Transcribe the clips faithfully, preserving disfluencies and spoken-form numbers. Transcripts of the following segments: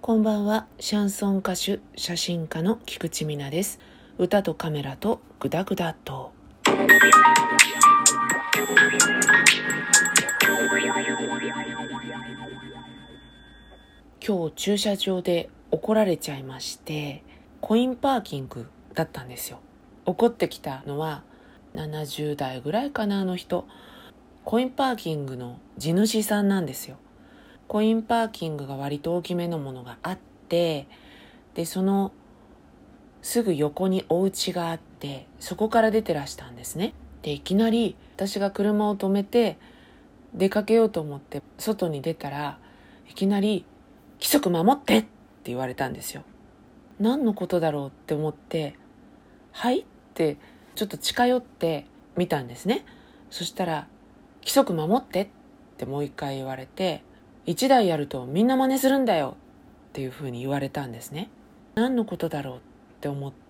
こんばんは。シャンソン歌手、写真家の菊池美奈です。歌とカメラとグダグダと。今日駐車場で怒られちゃいまして、コインパーキングだったんですよ。怒ってきたのはななじゅう代ぐらいかな、あの人。コインパーキングの地主さんなんですよ。コインパーキングが割と大きめのものがあって、でそのすぐ横にお家があって、そこから出てらしたんですね。でいきなり私が車を止めて出かけようと思って外に出たら、いきなり規則守ってって言われたんですよ。何のことだろうって思って、はいってちょっと近寄ってみたんですね。そしたら、規則守ってってもう一回言われて、一台やるとみんな真似するんだよっていうふうに言われたんですね。何のことだろうって思って、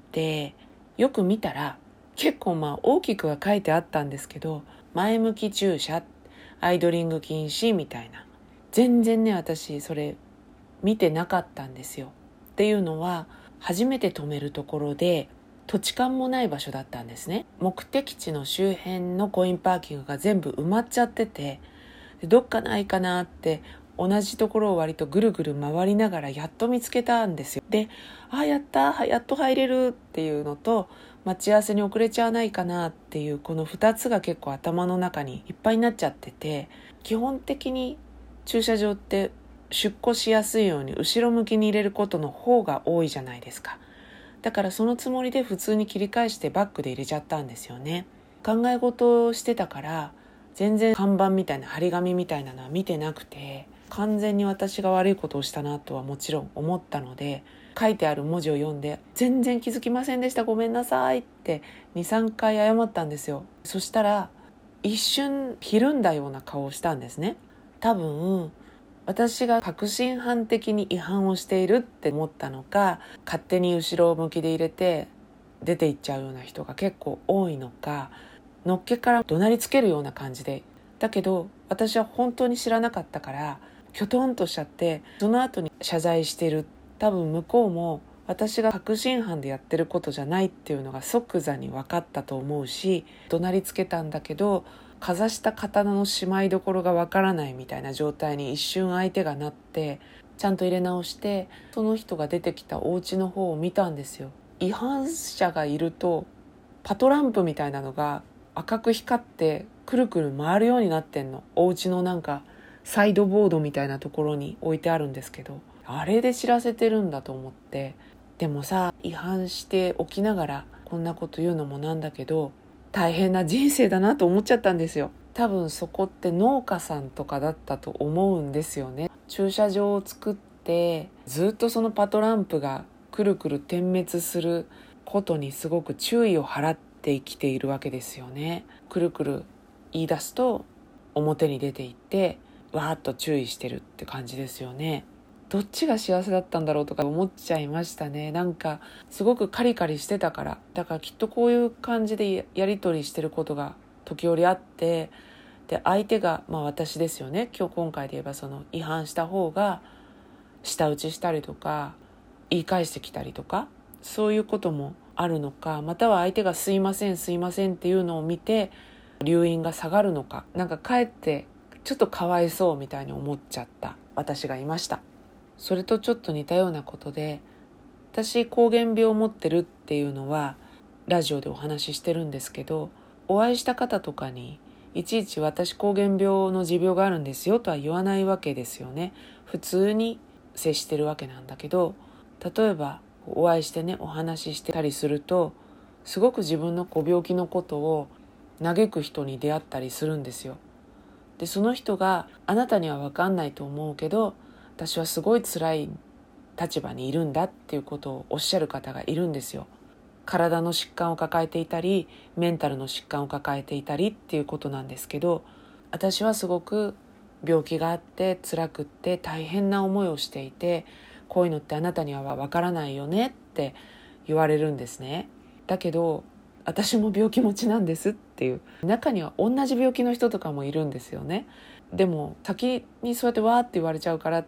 よく見たら結構まあ大きくは書いてあったんですけど、前向き駐車、アイドリング禁止みたいな。全然ね、私それ見てなかったんですよ。っていうのは、初めて止めるところで土地勘もない場所だったんですね。目的地の周辺のコインパーキングが全部埋まっちゃってて、どっかないかなって同じところを割とぐるぐる回りながらやっと見つけたんですよ。で、あ、やったやっと入れるっていうのと、待ち合わせに遅れちゃわないかなっていう、このふたつが結構頭の中にいっぱいになっちゃってて、基本的に駐車場って出庫しやすいように後ろ向きに入れることの方が多いじゃないですか。だからそのつもりで普通に切り返してバックで入れちゃったんですよね。考え事をしてたから全然看板みたいな張り紙みたいなのは見てなくて、完全に私が悪いことをしたなとはもちろん思ったので、書いてある文字を読んで、全然気づきませんでした、ごめんなさいってにさんかい謝ったんですよ。そしたら一瞬ひるんだような顔をしたんですね。多分私が確信犯的に違反をしているって思ったのか、勝手に後ろ向きで入れて出て行っちゃうような人が結構多いのか、のっけから怒鳴りつけるような感じで、だけど私は本当に知らなかったからきょとんとしちゃって、その後に謝罪してる。多分向こうも私が確信犯でやってることじゃないっていうのが即座に分かったと思うし、怒鳴りつけたんだけどかざした刀のしまいどころがわからないみたいな状態に一瞬相手がなって、ちゃんと入れ直して、その人が出てきたお家の方を見たんですよ。違反者がいるとパトランプみたいなのが赤く光ってくるくる回るようになってんの。お家のなんかサイドボードみたいなところに置いてあるんですけど、あれで知らせてるんだと思って。でもさ、違反しておきながらこんなこと言うのもなんだけど、大変な人生だなと思っちゃったんですよ。多分そこって農家さんとかだったと思うんですよね。駐車場を作ってずっとそのパトランプがくるくる点滅することにすごく注意を払って生きているわけですよね。くるくる言い出すと表に出ていってわーっと注意してるって感じですよね。どっちが幸せだったんだろうとか思っちゃいましたね。なんかすごくカリカリしてたから。だからきっとこういう感じでやり取りしてることが時折あって、で相手がまあ私ですよね。今日今回で言えばその違反した方が舌打ちしたりとか言い返してきたりとか、そういうこともあるのか、または相手がすいませんすいませんっていうのを見て留飲が下がるのか、なんかかえってちょっとかわいそうみたいに思っちゃった私がいました。それとちょっと似たようなことで、私膠原病を持ってるっていうのはラジオでお話ししてるんですけど、お会いした方とかにいちいち私膠原病の持病があるんですよとは言わないわけですよね。普通に接してるわけなんだけど、例えばお会いしてねお話ししてたりすると、すごく自分のご病気のことを嘆く人に出会ったりするんですよ。でその人があなたには分かんないと思うけど、私はすごい辛い立場にいるんだっていうことをおっしゃる方がいるんですよ。体の疾患を抱えていたりメンタルの疾患を抱えていたりっていうことなんですけど、私はすごく病気があって辛くって大変な思いをしていて、こういうのってあなたにはわからないよねって言われるんですね。だけど私も病気持ちなんですっていう、中には同じ病気の人とかもいるんですよね。でも先にそうやってわーって言われちゃうから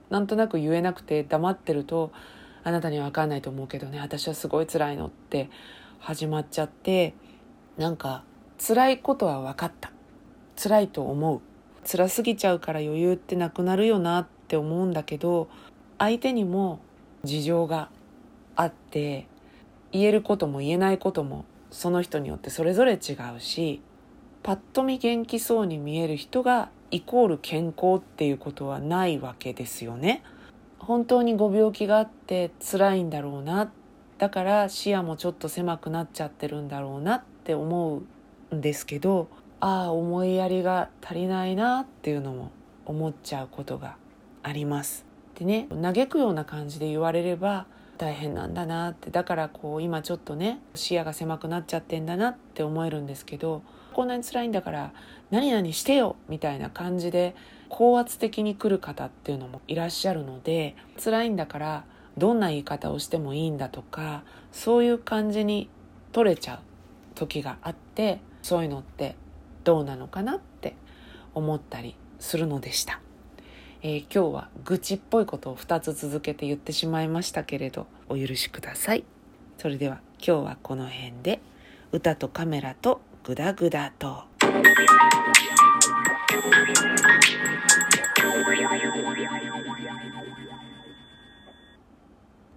なんとなく言えなくて黙ってると、あなたには分かんないと思うけどね、私はすごい辛いのって始まっちゃって、なんか辛いことは分かった、辛いと思う、辛すぎちゃうから余裕ってなくなるよなって思うんだけど、相手にも事情があって、言えることも言えないこともその人によってそれぞれ違うし、パッと見元気そうに見える人がイコール健康っていうことはないわけですよね。本当にご病気があって辛いんだろうな、だから視野もちょっと狭くなっちゃってるんだろうなって思うんですけど、ああ思いやりが足りないなっていうのも思っちゃうことがあります。でね、嘆くような感じで言われれば大変なんだなって、だからこう今ちょっとね視野が狭くなっちゃってんだなって思えるんですけど、こんなに辛いんだから何々してよみたいな感じで高圧的に来る方っていうのもいらっしゃるので、辛いんだからどんな言い方をしてもいいんだとか、そういう感じに取れちゃう時があって、そういうのってどうなのかなって思ったりするのでした。えー、今日は愚痴っぽいことをふたつ続けて言ってしまいましたけれど、お許しください。それでは今日はこの辺で、歌とカメラとグダグダと。